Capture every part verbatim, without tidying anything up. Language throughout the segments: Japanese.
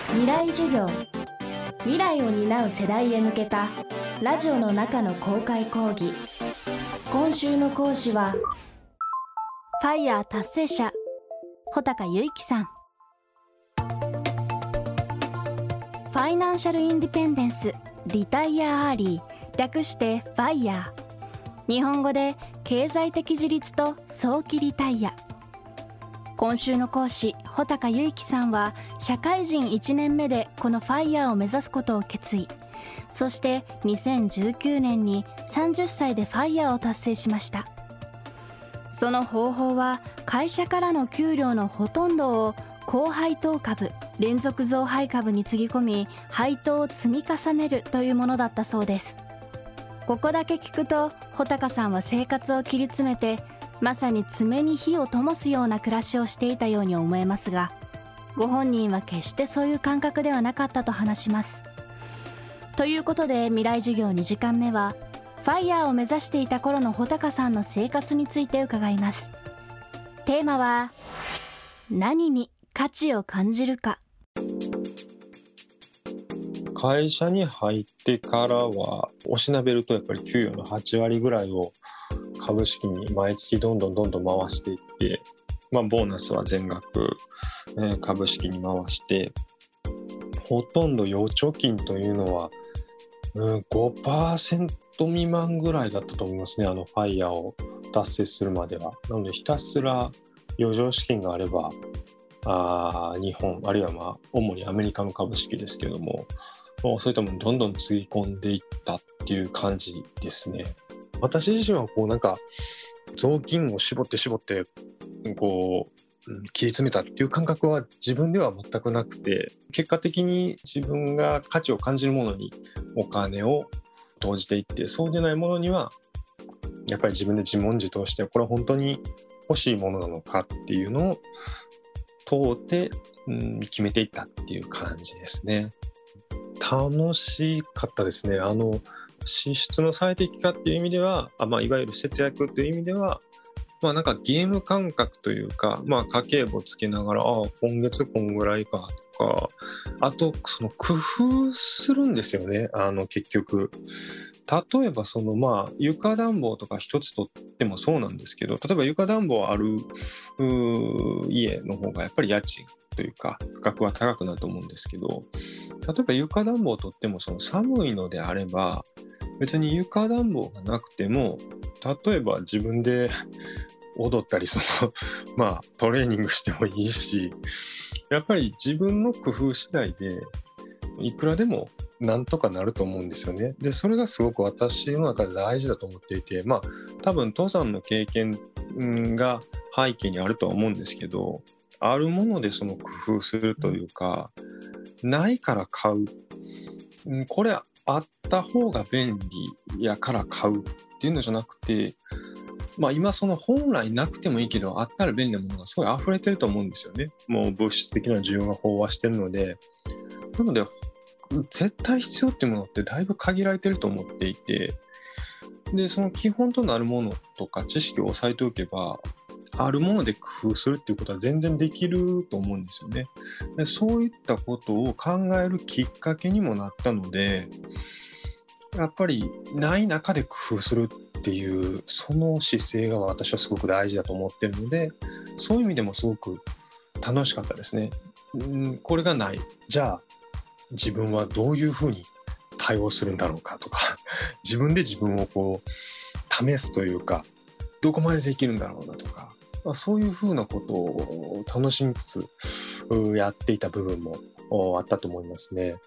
未来授業、未来を担う世代へ向けたラジオの中の公開講義。今週の講師はファイヤー達成者穂高由紀さん。ファイナンシャルインディペンデンスリタイアアーリー、略してファイヤー、日本語で経済的自立と早期リタイア。今週の講師穂高由紀さんは社会人いちねんめでこのファイヤーを目指すことを決意。そしてにせんじゅうきゅうねんにさんじゅっさいでファイヤーを達成しました。その方法は会社からの給料のほとんどを高配当株、連続増配株につぎ込み、配当を積み重ねるというものだったそうです。ここだけ聞くと穂高さんは生活を切り詰めて、まさに爪に火を灯すような暮らしをしていたように思えますが、ご本人は決してそういう感覚ではなかったと話します。ということで未来授業にじかんめはファイヤーを目指していた頃の穂高さんの生活について伺います。テーマは何に価値を感じるか。 会社に入ってからはおしなべるとやっぱり給与のはちわりぐらいを株式に毎月どんどんどんどん回していって、まあ、ボーナスは全額、えー、株式に回して、ほとんど預貯金というのは、うん、ごパーセント 未満ぐらいだったと思いますね。あのファイヤーを達成するまでは。なのでひたすら余剰資金があれば、あ日本あるいはまあ主にアメリカの株式ですけども、そういったものにどんどんつぎ込んでいったっていう感じですね。私自身はこうなんか雑巾を絞って絞ってこう切り詰めたっていう感覚は自分では全くなくて、結果的に自分が価値を感じるものにお金を投じていって、そうでないものにはやっぱり自分で自問自答して、これは本当に欲しいものなのかっていうのを問うて、うん、決めていったっていう感じですね。楽しかったですね。あの支出の最適化っていう意味では、あ、まあ、いわゆる節約という意味では、まあ、なんかゲーム感覚というか、まあ、家計簿つけながら、あ今月こんぐらいかとか、あとその工夫するんですよね。あの結局例えばそのまあ床暖房とか一つとってもそうなんですけど、例えば床暖房ある家の方がやっぱり家賃というか価格は高くなると思うんですけど、例えば床暖房をとってもその寒いのであれば、別に床暖房がなくても、例えば自分で踊ったりそのまあトレーニングしてもいいし、やっぱり自分の工夫次第でいくらでもなんとかなると思うんですよね。でそれがすごく私の中で大事だと思っていて、まあ多分登山の経験が背景にあるとは思うんですけど、あるものでその工夫するというか、ないから買う、これあった方が便利やから買うっていうのじゃなくて、まあ今その本来なくてもいいけどあったら便利なものがすごい溢れてると思うんですよね。もう物質的な需要が飽和してるので、なので絶対必要っていうものってだいぶ限られてると思っていて、でその基本となるものとか知識を押さえておけば、あるもので工夫するっていうことは全然できると思うんですよね。でそういったことを考えるきっかけにもなったので、やっぱりない中で工夫するっていうその姿勢が私はすごく大事だと思ってるので、そういう意味でもすごく楽しかったですね。うんこれがない、じゃあ自分はどういうふうに対応するんだろうかとか自分で自分をこう試すというか、どこまでできるんだろうなとか、そういうふうなことを楽しみつつやっていた部分もあったと思いますね。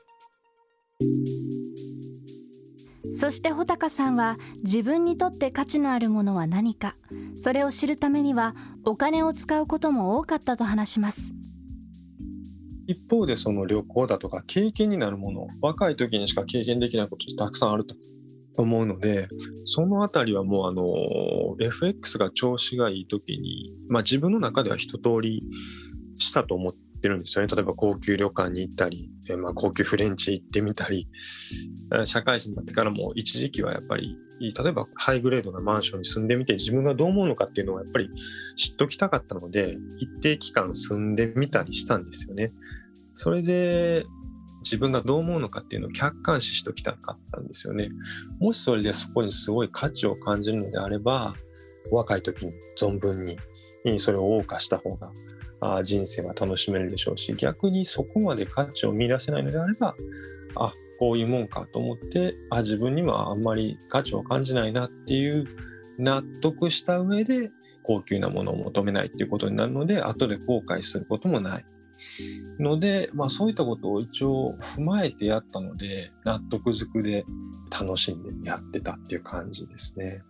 そして穂高さんは自分にとって価値のあるものは何か、それを知るためにはお金を使うことも多かったと話します。 一方でその旅行だとか経験になるもの、若い時にしか経験できないことってたくさんあると思うので、そのあたりはもうあの エフエックス が調子がいい時に、まあ、自分の中では一通りしたと思ってるんですよね。例えば高級旅館に行ったり、えまあ高級フレンチ行ってみたり、社会人になってからも一時期はやっぱり例えばハイグレードなマンションに住んでみて自分がどう思うのかっていうのをやっぱり知っときたかったので、一定期間住んでみたりしたんですよね。 それで自分がどう思うのかっていうのを客観視しておきたかったんですよね。もしそれでそこにすごい価値を感じるのであれば、若い時に存分にそれを謳歌した方があ人生は楽しめるでしょうし、逆にそこまで価値を見出せないのであれば、あこういうもんかと思って、あ自分にはあんまり価値を感じないなっていう納得した上で高級なものを求めないっていうことになるので、後で後悔することもないので、まあ、そういったことを一応踏まえてやったので、納得づくで楽しんでやってたっていう感じですね。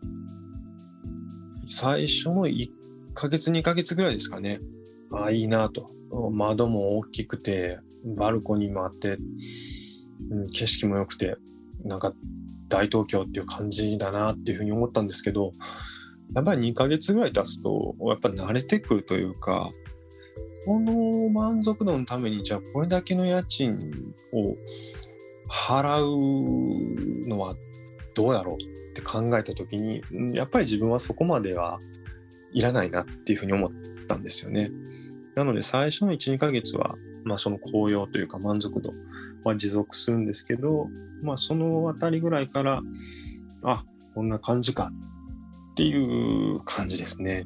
最初のいっかげつにかげつぐらいですかね。ああいいなと、窓も大きくてバルコニーもあって、うん、景色も良くて、なんか大東京っていう感じだなっていうふうに思ったんですけど、やっぱりにかげつぐらい経つとやっぱ慣れてくるというか、この満足度のためにじゃあこれだけの家賃を払うのはどうだろうって考えた時に、やっぱり自分はそこまではいらないなっていうふうに思ったんですよね。なので最初のいち、にかげつは、まあ、その高揚というか満足度は持続するんですけど、まあ、そのあたりぐらいからあこんな感じかっていう感じですね。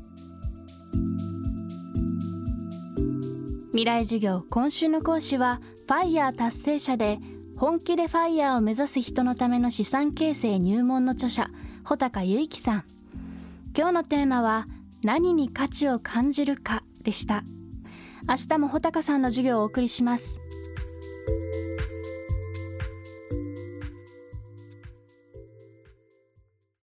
未来授業、今週の講師はファイヤー達成者で本気でファイヤーを目指す人のための資産形成入門の著者、穂高祐樹さん。今日のテーマは何に価値を感じるかでした。明日も穂高さんの授業をお送りします。